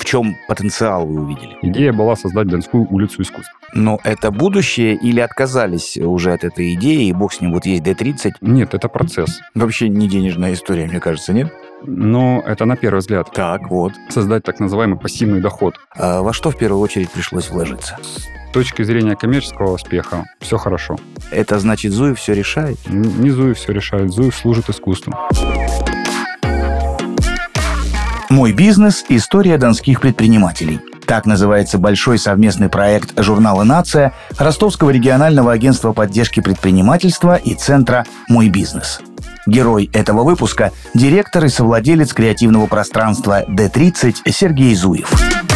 чем потенциал вы увидели? Идея была создать Донскую улицу искусств. Но это будущее или отказались уже от этой идеи, и бог с ним, вот есть D30? Нет, это процесс. Вообще не денежная история, мне кажется, нет? Но это на первый взгляд. Так, вот. Создать так называемый пассивный доход. А во что в первую очередь пришлось вложиться? С точки зрения коммерческого успеха все хорошо. Это значит, Зуев все решает? Не Зуев все решает, Зуев служит искусству. «Мой бизнес. История донских предпринимателей». Так называется большой совместный проект журнала «Нация», Ростовского регионального агентства поддержки предпринимательства и центра «Мой бизнес». Герой этого выпуска – директор и совладелец креативного пространства D30 Сергей Зуев.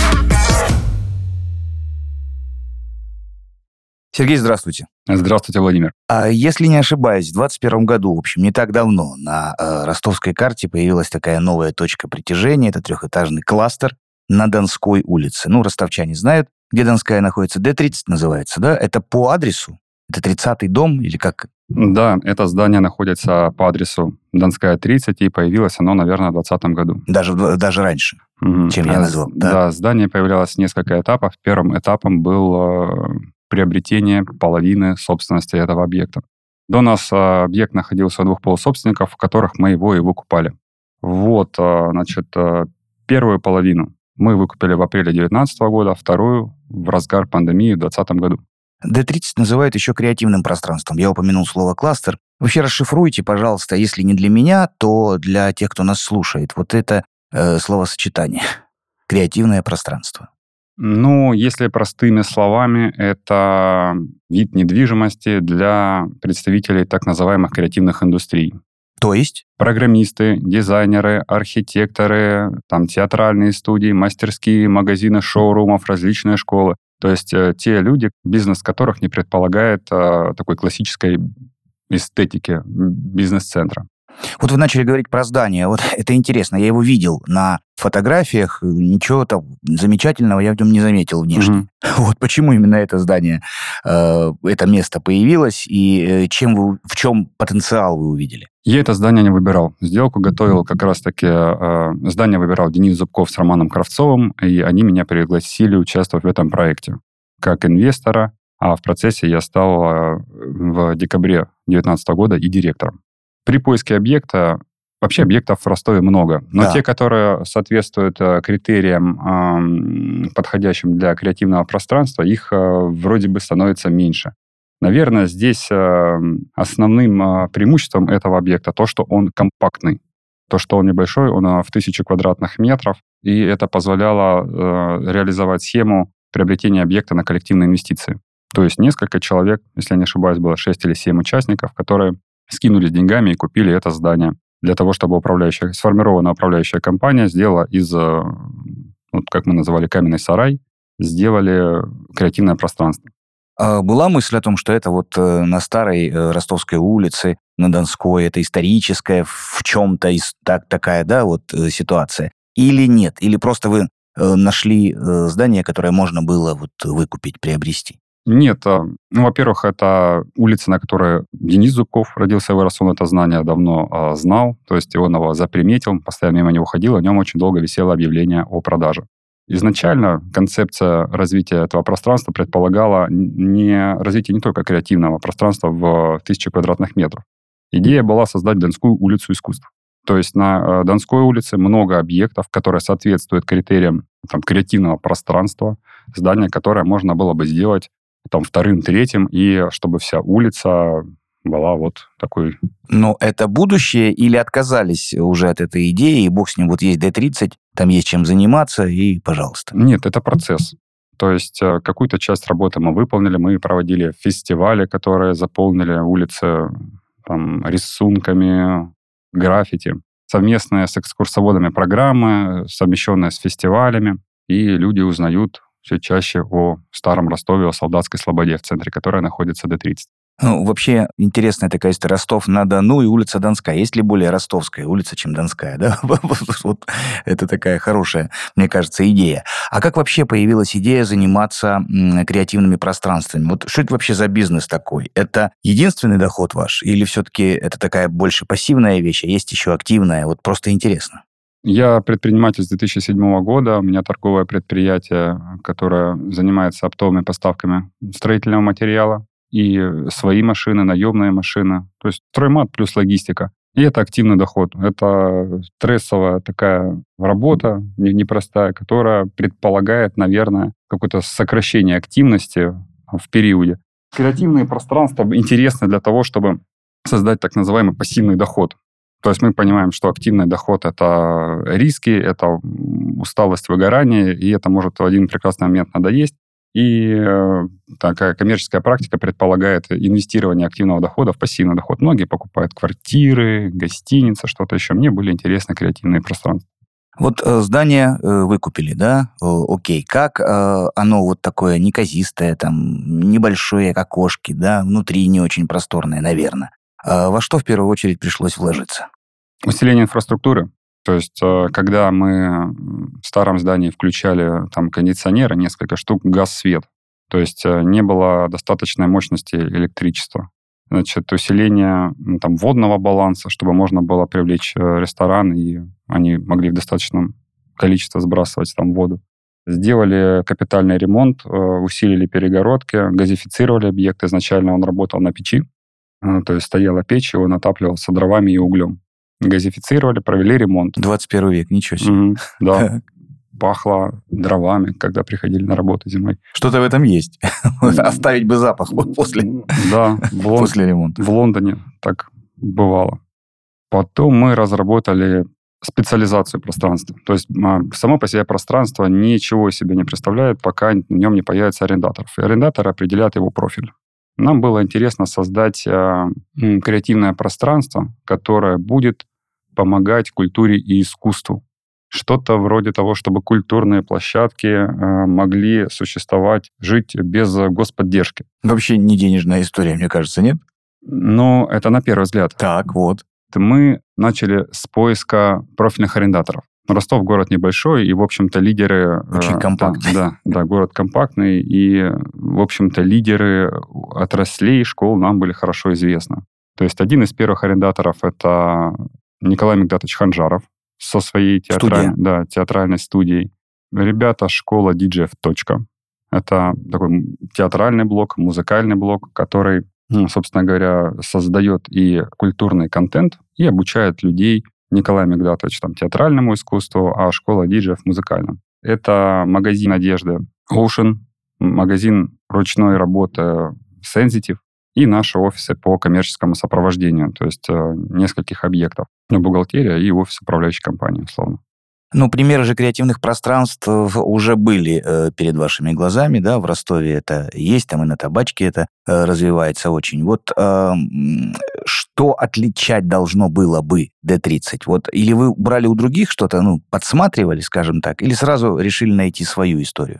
Сергей, здравствуйте. Здравствуйте, Владимир. Если не ошибаюсь, в 2021 году, в общем, не так давно, на ростовской карте появилась такая новая точка притяжения. Это трехэтажный кластер на Донской улице. Ну, ростовчане знают, где Донская находится. D30 называется, да? Это по адресу? Это 30-й дом или как? Да, это здание находится по адресу Донская, 30, и появилось оно, наверное, в 2020 году. Даже раньше, чем я назвал. Да, здание появлялось несколько этапов. Первым этапом был приобретение половины собственности этого объекта. До нас объект находился у двух полусобственников, в которых мы его и выкупали. Вот, значит, первую половину мы выкупили в апреле 2019 года, вторую в разгар пандемии в 2020 году. D30 называют еще креативным пространством. Я упомянул слово «кластер». Вообще расшифруйте, пожалуйста, если не для меня, то для тех, кто нас слушает. Вот это словосочетание. Креативное пространство. Ну, если простыми словами, это вид недвижимости для представителей так называемых креативных индустрий. То есть? Программисты, дизайнеры, архитекторы, там театральные студии, мастерские, магазины, шоурумов, различные школы. То есть те люди, бизнес которых не предполагает такой классической эстетики бизнес-центра. Вот вы начали говорить про здание. Вот это интересно. Я его видел на фотографиях. Ничего там замечательного я в нем не заметил внешне. Вот почему именно это здание, это место появилось, и в чем потенциал вы увидели? Я это здание не выбирал. Сделку готовил как раз-таки... Здание выбирал Денис Зубков с Романом Кравцовым, и они меня пригласили участвовать в этом проекте как инвестора, а в процессе я стал в декабре 2019 года и директором. При поиске объекта, вообще объектов в Ростове много, но те, которые соответствуют критериям, подходящим для креативного пространства, их вроде бы становится меньше. Наверное, здесь основным преимуществом этого объекта то, что он компактный, то, что он небольшой, он в 1000 квадратных метров, и это позволяло реализовать схему приобретения объекта на коллективные инвестиции. То есть несколько человек, если я не ошибаюсь, было 6 или 7 участников, которые скинулись деньгами и купили это здание для того, чтобы сформированная управляющая компания сделала из, как мы называли, каменный сарай, сделали креативное пространство. Была мысль о том, что это вот на старой Ростовской улице, на Донской, это историческая в чем-то такая, да, вот ситуация? Или нет? Или просто вы нашли здание, которое можно было вот выкупить, приобрести? Нет. Во-первых, это улица, на которой Денис Зубков родился и вырос. Он это знание давно знал, то есть он его заприметил, постоянно мимо него ходил, о нем очень долго висело объявление о продаже. Изначально концепция развития этого пространства предполагала развитие не только креативного пространства в 1000 квадратных метров. Идея была создать Донскую улицу искусств. То есть на Донской улице много объектов, которые соответствуют критериям креативного пространства, здание, которое можно было бы сделать вторым, третьим, и чтобы вся улица была вот такой... Но это будущее или отказались уже от этой идеи, и бог с ним, вот есть D30, там есть чем заниматься, и пожалуйста? Нет, это процесс. То есть какую-то часть работы мы выполнили, мы проводили фестивали, которые заполнили улицы рисунками, граффити, совместные с экскурсоводами программы, совмещенные с фестивалями, и люди узнают все чаще о старом Ростове, о Солдатской Слободе, в центре которой находится D30. Ну, вообще, интересная такая история. Ростов-на-Дону и улица Донская. Есть ли более ростовская улица, чем Донская? Да? Вот это такая хорошая, мне кажется, идея. А как вообще появилась идея заниматься креативными пространствами? Вот что это вообще за бизнес такой? Это единственный доход ваш? Или все-таки это такая больше пассивная вещь, а есть еще активная? Вот просто интересно. Я предприниматель с 2007 года. У меня торговое предприятие, которое занимается оптовыми поставками строительного материала. И свои машины, наемные машины. То есть строймат плюс логистика. И это активный доход. Это стрессовая такая работа, непростая, которая предполагает, наверное, какое-то сокращение активности в периоде. Креативные пространства интересны для того, чтобы создать так называемый пассивный доход. То есть мы понимаем, что активный доход — это риски, это усталость, выгорание, и это может в один прекрасный момент надоесть. И такая коммерческая практика предполагает инвестирование активного дохода в пассивный доход. Многие покупают квартиры, гостиницы, что-то еще. Мне были интересны креативные пространства. Вот здание вы купили, да? Окей. Как оно вот такое неказистое, там, небольшие окошки, да? Внутри не очень просторное, наверное. Во что в первую очередь пришлось вложиться? Усиление инфраструктуры. То есть, когда мы в старом здании включали там кондиционеры, несколько штук, газ, свет. То есть не было достаточной мощности электричества. Значит, усиление там, водного баланса, чтобы можно было привлечь ресторан, и они могли в достаточном количестве сбрасывать там воду. Сделали капитальный ремонт, усилили перегородки, газифицировали объект. Изначально он работал на печи. То есть стояла печь, его натапливался дровами и углем. Газифицировали, провели ремонт. 21 век, ничего себе. Да. Пахло дровами, когда приходили на работу зимой. Что-то в этом есть. Оставить бы запах после ремонта. В Лондоне так бывало. Потом мы разработали специализацию пространства. То есть само по себе пространство ничего себе не представляет, пока в нем не появится арендатор. И арендатор определяет его профиль. Нам было интересно создать креативное пространство, которое будет помогать культуре и искусству. Что-то вроде того, чтобы культурные площадки могли существовать, жить без господдержки. Вообще не денежная история, мне кажется, нет? Ну, это на первый взгляд. Так, вот. Мы начали с поиска профильных арендаторов. Ростов город небольшой, и, в общем-то, лидеры... Очень компактный. Да, город компактный, и, в общем-то, лидеры отраслей, школ нам были хорошо известны. То есть один из первых арендаторов — это Николай Мигдатович Ханжаров со своей театральной студией. Ребята школа диджеев «Точка». Это такой театральный блок, музыкальный блок, который, собственно говоря, создает и культурный контент, и обучает людей. Николай Мигдатович там театральному искусству, а школа диджеев музыкальным. Это магазин одежды Ocean, магазин ручной работы Sensitive и наши офисы по коммерческому сопровождению, то есть нескольких объектов. Бухгалтерия и офис управляющей компании, условно. Ну, примеры же креативных пространств уже были перед вашими глазами, да, в Ростове это есть, там и на Табачке это развивается очень. Вот что отличать должно было бы D30? Вот, или вы брали у других что-то, подсматривали, скажем так, или сразу решили найти свою историю?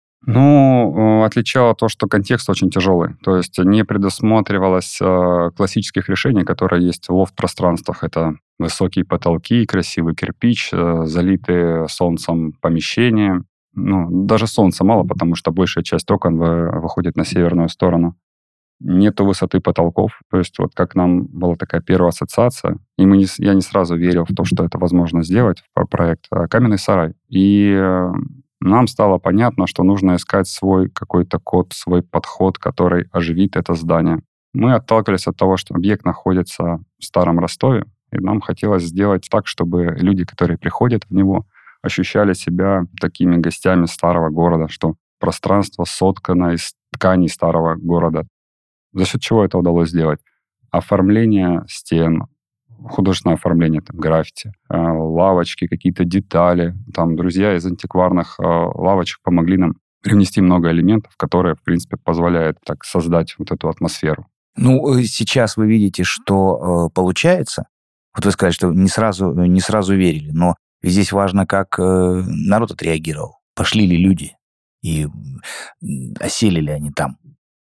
Отличало то, что контекст очень тяжелый. То есть не предусматривалось классических решений, которые есть в лофт-пространствах. Это высокие потолки, красивый кирпич, залитые солнцем помещения. Даже солнца мало, потому что большая часть окон выходит на северную сторону. Нету высоты потолков. То есть вот как нам была такая первая ассоциация, и я не сразу верил в то, что это возможно сделать, проект «Каменный сарай». И нам стало понятно, что нужно искать свой какой-то код, свой подход, который оживит это здание. Мы отталкивались от того, что объект находится в Старом Ростове, и нам хотелось сделать так, чтобы люди, которые приходят в него, ощущали себя такими гостями старого города, что пространство соткано из тканей старого города. За счет чего это удалось сделать? Оформление стен, художественное оформление, там, граффити, лавочки, какие-то детали. Там друзья из антикварных лавочек помогли нам привнести много элементов, которые, в принципе, позволяют так создать вот эту атмосферу. Сейчас вы видите, что получается. Вот вы сказали, что не сразу верили, но здесь важно, как народ отреагировал. Пошли ли люди и осели ли они там?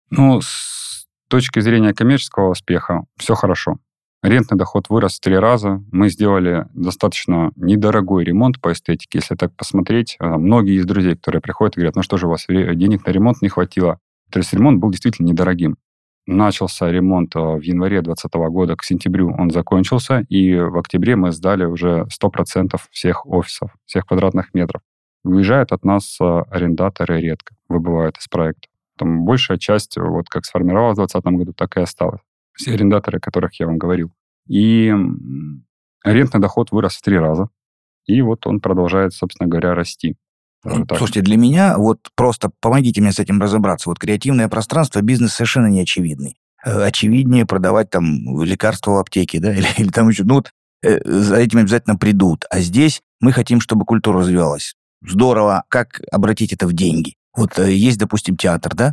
С точки зрения коммерческого успеха все хорошо. Рентный доход вырос в 3 раза. Мы сделали достаточно недорогой ремонт по эстетике. Если так посмотреть, многие из друзей, которые приходят и говорят, что же у вас денег на ремонт не хватило. То есть ремонт был действительно недорогим. Начался ремонт в январе 2020 года, к сентябрю он закончился, и в октябре мы сдали уже 100% всех офисов, всех квадратных метров. Выезжают от нас арендаторы редко, выбывают из проекта. Там большая часть, вот как сформировалась в 2020 году, так и осталась. Все арендаторы, о которых я вам говорил. И арендный доход вырос в 3 раза. И вот он продолжает, собственно говоря, расти. Слушайте, для меня, вот просто помогите мне с этим разобраться. Вот креативное пространство, бизнес совершенно не очевидный. Очевиднее продавать там лекарства в аптеке, да, или там еще. Ну вот за этим обязательно придут. А здесь мы хотим, чтобы культура развивалась. Здорово. Как обратить это в деньги? Вот есть, допустим, театр, да?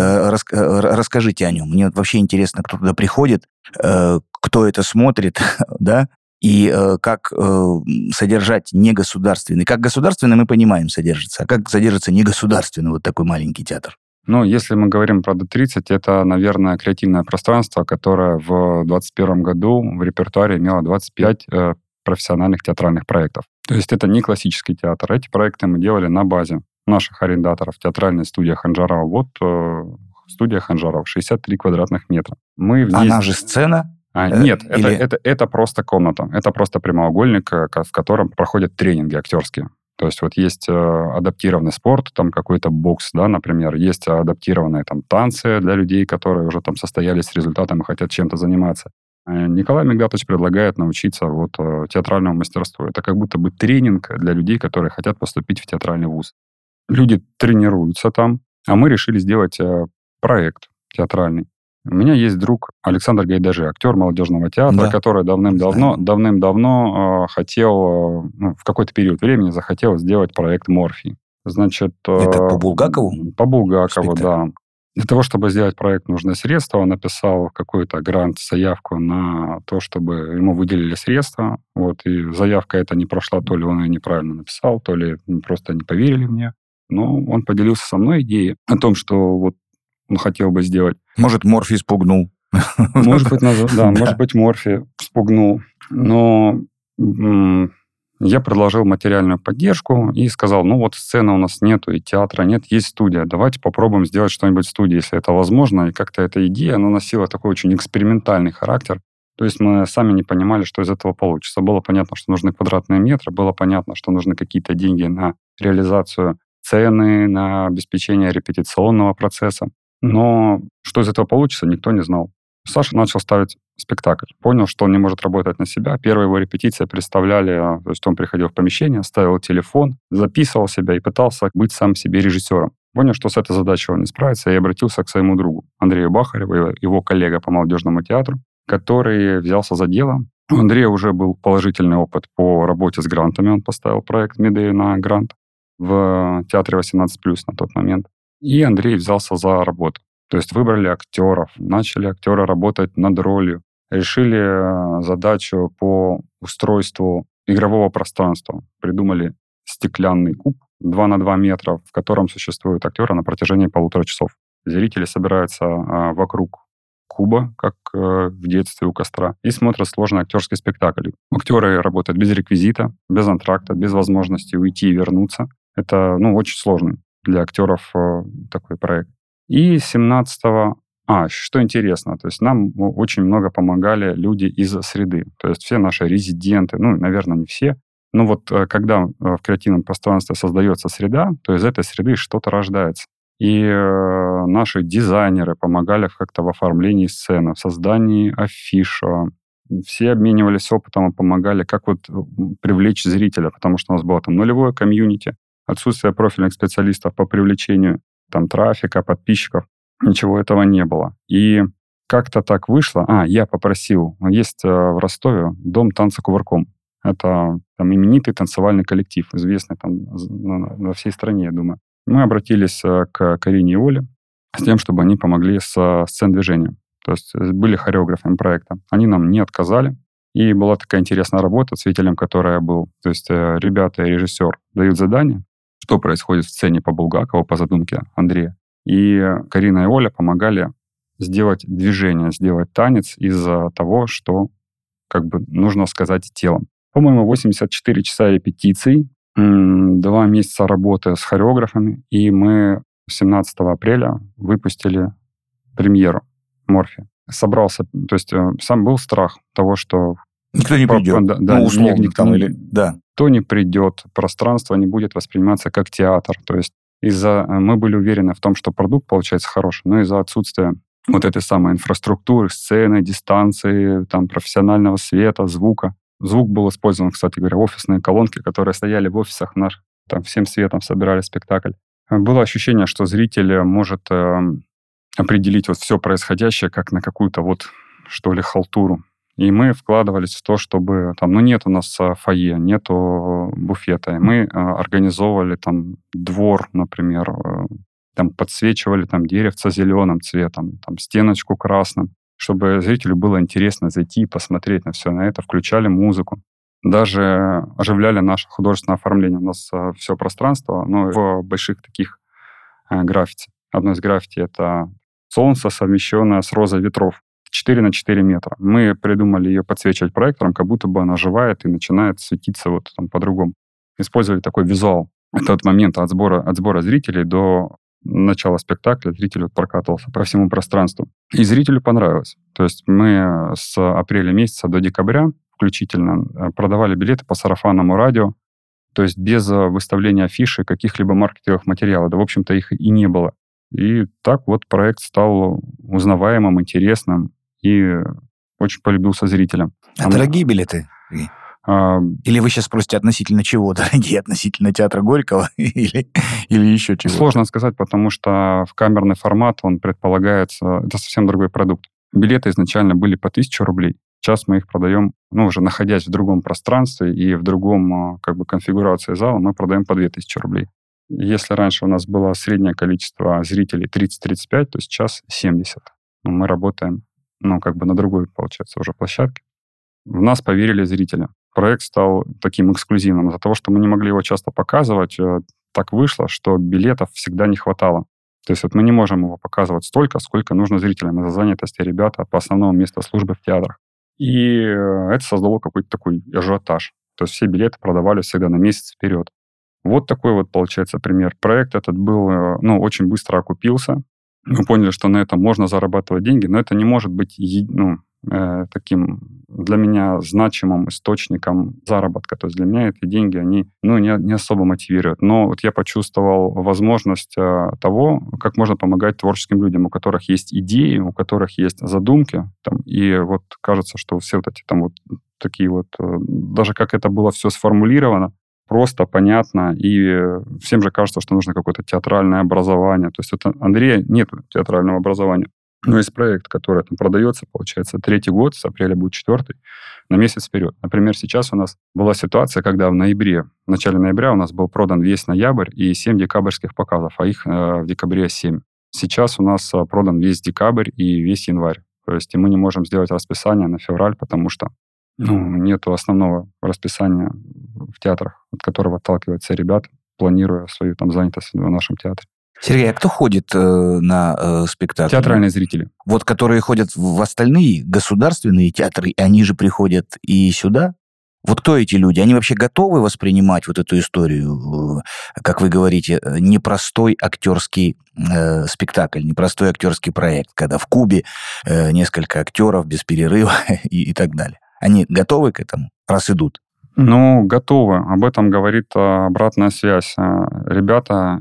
Расскажите о нем. Мне вот вообще интересно, кто туда приходит, кто это смотрит, да? И как содержать негосударственный. Как государственный мы понимаем содержится, а как содержится негосударственный вот такой маленький театр? Ну, если мы говорим про D30, это, наверное, креативное пространство, которое в 2021 году в репертуаре имело 25 профессиональных театральных проектов. То есть это не классический театр. Эти проекты мы делали на базе наших арендаторов. Театральная студия Ханжарова. Вот студия Ханжарова, 63 квадратных метра. Она же сцена? Нет, это просто комната. Это просто прямоугольник, в котором проходят тренинги актерские. То есть вот есть адаптированный спорт, там какой-то бокс, да, например, есть адаптированные там танцы для людей, которые уже там состоялись с результатом и хотят чем-то заниматься. Николай Мигдатович предлагает научиться вот театральному мастерству. Это как будто бы тренинг для людей, которые хотят поступить в театральный вуз. Люди тренируются там, а мы решили сделать проект театральный. У меня есть друг Александр Гайдажи, актер молодежного театра, да, который давным-давно хотел, в какой-то период времени захотел сделать проект «Морфий». Значит, это по Булгакову? По Булгакову, да. Для того, чтобы сделать проект, нужны средства. Он написал какой-то грант, заявку на то, чтобы ему выделили средства. Вот, и заявка эта не прошла, то ли он ее неправильно написал, то ли просто не поверили мне. Но он поделился со мной идеей о том, что вот он хотел бы сделать. Может, Морфий спугнул. Может быть, да, может быть, Морфий спугнул. Но я предложил материальную поддержку и сказал, ну вот сцены у нас нету, и театра нет, есть студия. Давайте попробуем сделать что-нибудь в студии, если это возможно. И как-то эта идея, она носила такой очень экспериментальный характер. То есть мы сами не понимали, что из этого получится. Было понятно, что нужны квадратные метры, было понятно, что нужны какие-то деньги на реализацию сцены, на обеспечение репетиционного процесса. Но что из этого получится, никто не знал. Саша начал ставить спектакль. Понял, что он не может работать на себя. Первые его репетиции представляли, то есть он приходил в помещение, ставил телефон, записывал себя и пытался быть сам себе режиссером. Понял, что с этой задачей он не справится, и обратился к своему другу Андрею Бахареву, его коллега по молодежному театру, который взялся за дело. У Андрея уже был положительный опыт по работе с грантами. Он поставил проект Медея на грант в театре 18+, на тот момент. И Андрей взялся за работу. То есть выбрали актеров, начали актеры работать над ролью, решили задачу по устройству игрового пространства. Придумали стеклянный куб 2 на 2 метра, в котором существуют актеры на протяжении 1,5 часов. Зрители собираются вокруг куба, как в детстве у костра, и смотрят сложный актерский спектакль. Актеры работают без реквизита, без антракта, без возможности уйти и вернуться. Это, очень сложный для актеров такой проект. И 17-го... что интересно, то есть нам очень много помогали люди из среды. То есть все наши резиденты, наверное, не все, но вот когда в креативном пространстве создается среда, то из этой среды что-то рождается. И наши дизайнеры помогали как-то в оформлении сцены, в создании афиш. Все обменивались опытом и помогали, как вот привлечь зрителя, потому что у нас было там нулевое комьюнити, отсутствие профильных специалистов по привлечению там трафика, подписчиков. Ничего этого не было. И как-то так вышло. Я попросил. Есть в Ростове дом танца кувырком. Это там именитый танцевальный коллектив, известный там во всей стране, я думаю. Мы обратились к Карине и Оле с тем, чтобы они помогли с сцен-движением. То есть были хореографами проекта. Они нам не отказали. И была такая интересная работа, свидетелем которой я был. То есть ребята и режиссер дают задание, что происходит в сцене по Булгакову, по задумке Андрея. И Карина и Оля помогали сделать движение, сделать танец из того, что нужно сказать телом. По-моему, 84 часа репетиций, 2 месяца работы с хореографами, и мы 17 апреля выпустили премьеру Морфия. Собрался, то есть сам был страх того, что... Никто не придет, условно никто не придет, пространство не будет восприниматься как театр. То есть мы были уверены в том, что продукт получается хороший, но из-за отсутствия вот этой самой инфраструктуры, сцены, дистанции, там, профессионального света, звука. Звук был использован, кстати говоря, офисные колонки, которые стояли в офисах наших, там всем светом собирали спектакль. Было ощущение, что зритель может определить вот все происходящее как на какую-то вот, что ли, халтуру. И мы вкладывались в то, чтобы... Там, нет у нас фойе, нету буфета. И мы организовывали там двор, например, там подсвечивали там деревца зеленым цветом, там стеночку красным, чтобы зрителю было интересно зайти и посмотреть на все на это. Включали музыку. Даже оживляли наше художественное оформление. У нас все пространство, в больших таких граффити. Одно из граффити — это солнце, совмещенное с розой ветров. 4 на 4 метра. Мы придумали ее подсвечивать проектором, как будто бы она оживает и начинает светиться вот там по-другому. Использовали такой визуал. Это от момента от сбора зрителей до начала спектакля зритель прокатывался по всему пространству. И зрителю понравилось. То есть мы с апреля месяца до декабря включительно продавали билеты по сарафанному радио, то есть без выставления афиши, каких-либо маркетинговых материалов. Да, в общем-то, их и не было. И так вот проект стал узнаваемым, интересным и очень полюбился зрителям. А дорогие билеты? Или вы сейчас спросите относительно чего? Дорогие относительно театра Горького или еще чего-то? Сложно сказать, потому что в камерный формат он предполагается... Это совсем другой продукт. Билеты изначально были по 1000 рублей. Сейчас мы их продаем, уже находясь в другом пространстве и в другом конфигурации зала, мы продаем по 2000 рублей. Если раньше у нас было среднее количество зрителей 30-35, то сейчас 70. Мы работаем, на другой, получается, уже площадке. В нас поверили зрители. Проект стал таким эксклюзивным. Из-за того, что мы не могли его часто показывать, так вышло, что билетов всегда не хватало. То есть мы не можем его показывать столько, сколько нужно зрителям из-за занятости ребят по основному месту службы в театрах. И это создало какой-то такой ажиотаж. То есть все билеты продавались всегда на месяц вперед. Вот такой вот, получается, пример. Проект этот был, очень быстро окупился. Мы поняли, что на этом можно зарабатывать деньги, но это не может быть таким для меня значимым источником заработка. То есть для меня эти деньги, они не особо мотивируют. Но вот я почувствовал возможность того, как можно помогать творческим людям, у которых есть идеи, у которых есть задумки. И вот кажется, что все вот эти такие вот, даже как это было все сформулировано, просто, понятно, и всем же кажется, что нужно какое-то театральное образование. То есть у Андрея нет театрального образования. Но есть проект, который продается, получается, 3-й год, с апреля будет 4-й, на месяц вперед. Например, сейчас у нас была ситуация, когда в начале ноября у нас был продан весь ноябрь и 7 декабрьских показов, а их в декабре 7. Сейчас у нас продан весь декабрь и весь январь. То есть мы не можем сделать расписание на февраль, потому что нету основного расписания в театрах, от которого отталкиваются ребята, планируя свою занятость в нашем театре. Сергей, а кто ходит на спектакли? Театральные зрители. Вот которые ходят в остальные государственные театры, они же приходят и сюда? Вот кто эти люди? Они вообще готовы воспринимать вот эту историю, как вы говорите, непростой актерский спектакль, непростой актерский проект, когда в кубе несколько актеров без перерыва и так далее? Они готовы к этому, раз идут? Готовы. Об этом говорит обратная связь. Ребята,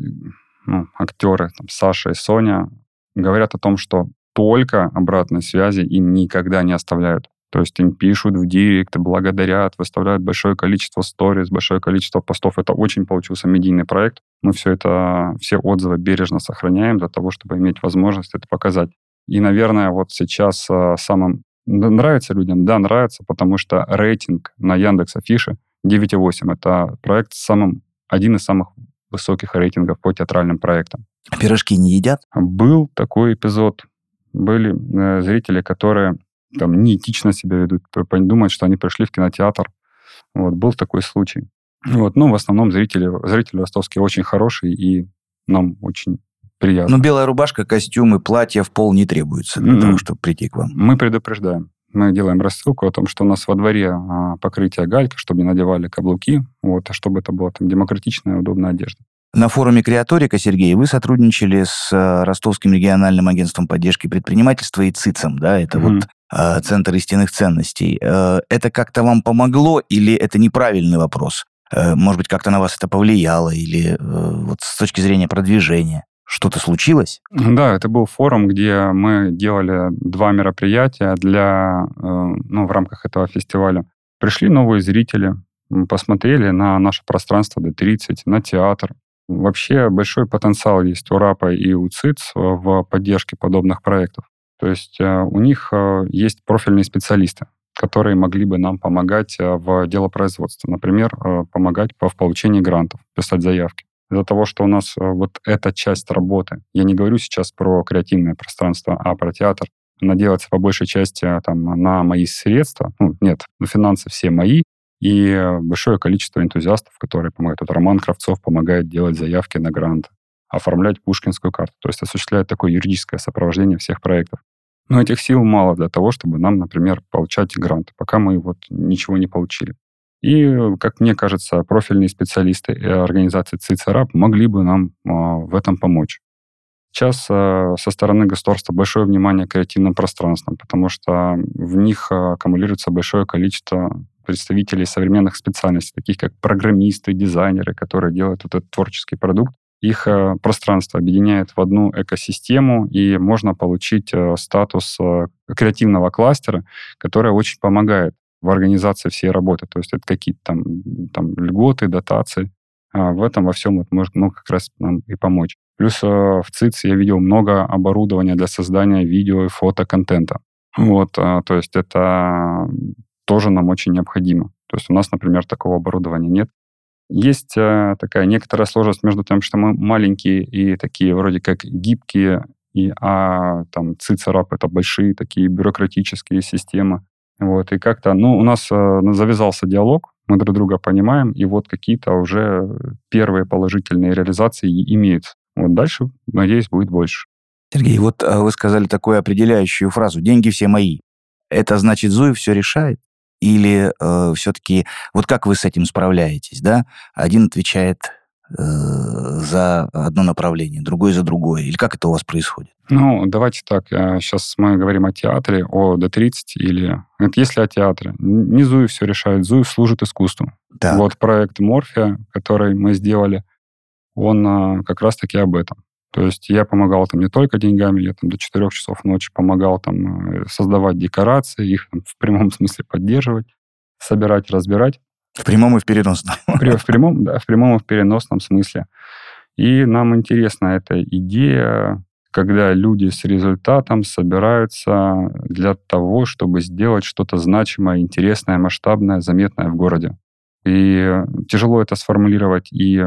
актеры, Саша и Соня, говорят о том, что только обратной связи им никогда не оставляют. То есть им пишут в директ, благодарят, выставляют большое количество сториз, большое количество постов. Это очень получился медийный проект. Мы все отзывы бережно сохраняем для того, чтобы иметь возможность это показать. И, наверное, вот сейчас нравится людям? Да, нравится, потому что рейтинг на Яндекс.Афише 9,8. Это проект один из самых высоких рейтингов по театральным проектам. А пирожки не едят? Был такой эпизод. Были зрители, которые неэтично себя ведут, думают, что они пришли в кинотеатр. Был такой случай. В основном зрители ростовские очень хорошие, и нам очень приятно. Но белая рубашка, костюмы, платья в пол не требуются для того, чтобы прийти к вам. Мы предупреждаем. Мы делаем рассылку о том, что у нас во дворе покрытие галька, чтобы не надевали каблуки, чтобы это была демократичная, удобная одежда. На форуме «Креаторика», Сергей, вы сотрудничали с Ростовским региональным агентством поддержки предпринимательства и ЦИЦом, да? Это вот Центр истинных ценностей. Это как-то вам помогло или это неправильный вопрос? Может быть, как-то на вас это повлияло или вот с точки зрения продвижения? Что-то случилось? Да, это был форум, где мы делали 2 мероприятия в рамках этого фестиваля. Пришли новые зрители, посмотрели на наше пространство D30, на театр. Вообще большой потенциал есть у РАПа и у ЦИЦ в поддержке подобных проектов. То есть у них есть профильные специалисты, которые могли бы нам помогать в делопроизводстве. Например, помогать в получении грантов, писать заявки. Из-за того, что у нас вот эта часть работы, я не говорю сейчас про креативное пространство, а про театр, она делается по большей части на мои средства. Финансы все мои, и большое количество энтузиастов, которые помогают. Вот Роман Кравцов помогает делать заявки на гранты, оформлять Пушкинскую карту, то есть осуществляет такое юридическое сопровождение всех проектов. Но этих сил мало для того, чтобы нам, например, получать гранты, пока мы ничего не получили. И, как мне кажется, профильные специалисты и организации ЦИЦ и РАП могли бы нам в этом помочь. Сейчас со стороны государства большое внимание к креативным пространствам, потому что в них аккумулируется большое количество представителей современных специальностей, таких как программисты, дизайнеры, которые делают этот творческий продукт. Их пространство объединяет в одну экосистему, и можно получить статус креативного кластера, который очень помогает в организации всей работы. То есть это какие-то там льготы, дотации. В этом во всем может как раз нам и помочь. Плюс в ЦИЦ я видел много оборудования для создания видео и фотоконтента. То есть это тоже нам очень необходимо. То есть у нас, например, такого оборудования нет. Есть такая некоторая сложность между тем, что мы маленькие и такие вроде как гибкие, ЦИЦ и РАП — это большие такие бюрократические системы. И как-то, у нас завязался диалог, мы друг друга понимаем, и какие-то уже первые положительные реализации имеются. Дальше, надеюсь, будет больше. Сергей, вы сказали такую определяющую фразу «деньги все мои». Это значит, Зуев все решает? Или все-таки, как вы с этим справляетесь, да? Один отвечает за одно направление, другой за другое. Или как это у вас происходит? Давайте так. Сейчас мы говорим о театре, о D30, или... Если о театре. Не Зуев все решает, Зуев служит искусству. Так. Проект «Морфия», который мы сделали, он как раз-таки об этом. То есть я помогал не только деньгами, я до 4 часов ночи помогал создавать декорации, их в прямом смысле поддерживать, собирать, разбирать. В прямом и в переносном. В прямом и в переносном смысле. И нам интересна эта идея, когда люди с результатом собираются для того, чтобы сделать что-то значимое, интересное, масштабное, заметное в городе. И тяжело это сформулировать и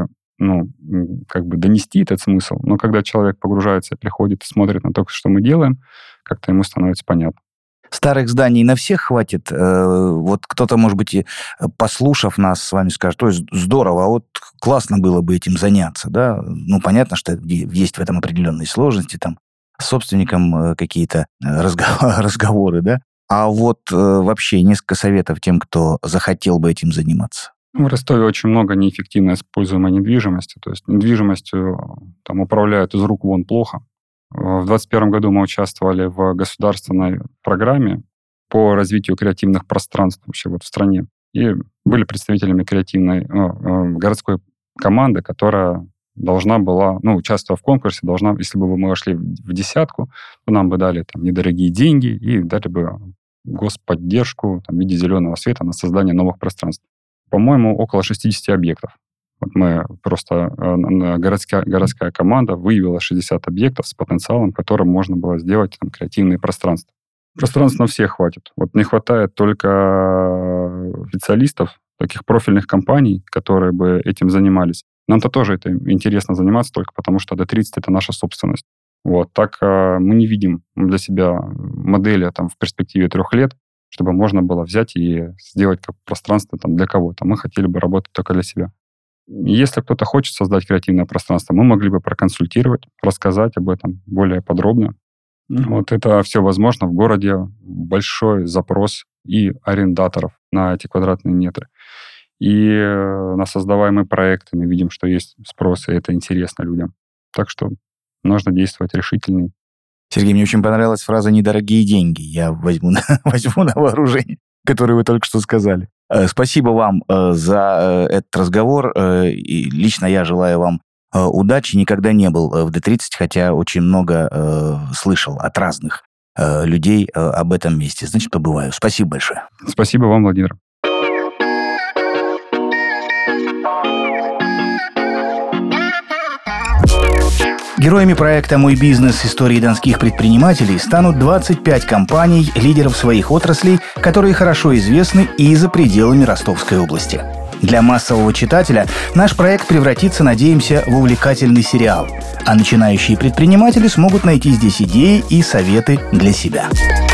донести этот смысл. Но когда человек погружается, приходит и смотрит на то, что мы делаем, как-то ему становится понятно. Старых зданий на всех хватит? Кто-то, может быть, послушав нас с вами, скажет: ой, здорово, классно было бы этим заняться, да? Понятно, что есть в этом определенные сложности, с собственником какие-то разговоры, да? А вообще несколько советов тем, кто захотел бы этим заниматься. В Ростове очень много неэффективно используемой недвижимости. То есть недвижимостью управляют из рук вон плохо. В 2021 году мы участвовали в государственной программе по развитию креативных пространств вообще в стране. И были представителями креативной городской команды, которая должна была, участвуя в конкурсе, если бы мы вошли в десятку, то нам бы дали недорогие деньги и дали бы господдержку в виде зеленого света на создание новых пространств. По-моему, около 60 объектов. Мы просто, городская команда выявила 60 объектов с потенциалом, которым можно было сделать креативные пространства. Пространств на всех хватит. Не хватает только специалистов, таких профильных компаний, которые бы этим занимались. Нам-то тоже это интересно заниматься только потому, что D30 — это наша собственность. Так мы не видим для себя модели в перспективе 3 лет, чтобы можно было взять и сделать как пространство для кого-то. Мы хотели бы работать только для себя. Если кто-то хочет создать креативное пространство, мы могли бы проконсультировать, рассказать об этом более подробно. Это все возможно. В городе большой запрос и арендаторов на эти квадратные метры. и на создаваемые проекты мы видим, что есть спрос, и это интересно людям. Так что нужно действовать решительней. Сергей, мне очень понравилась фраза «недорогие деньги». Я возьму на вооружение, которую вы только что сказали. Спасибо вам за этот разговор. И лично я желаю вам удачи. Никогда не был в D30, хотя очень много слышал от разных людей об этом месте. Значит, побываю. Спасибо большое. Спасибо вам, Владимир. Героями проекта «Мой бизнес. Истории донских предпринимателей» станут 25 компаний, лидеров своих отраслей, которые хорошо известны и за пределами Ростовской области. Для массового читателя наш проект превратится, надеемся, в увлекательный сериал, а начинающие предприниматели смогут найти здесь идеи и советы для себя.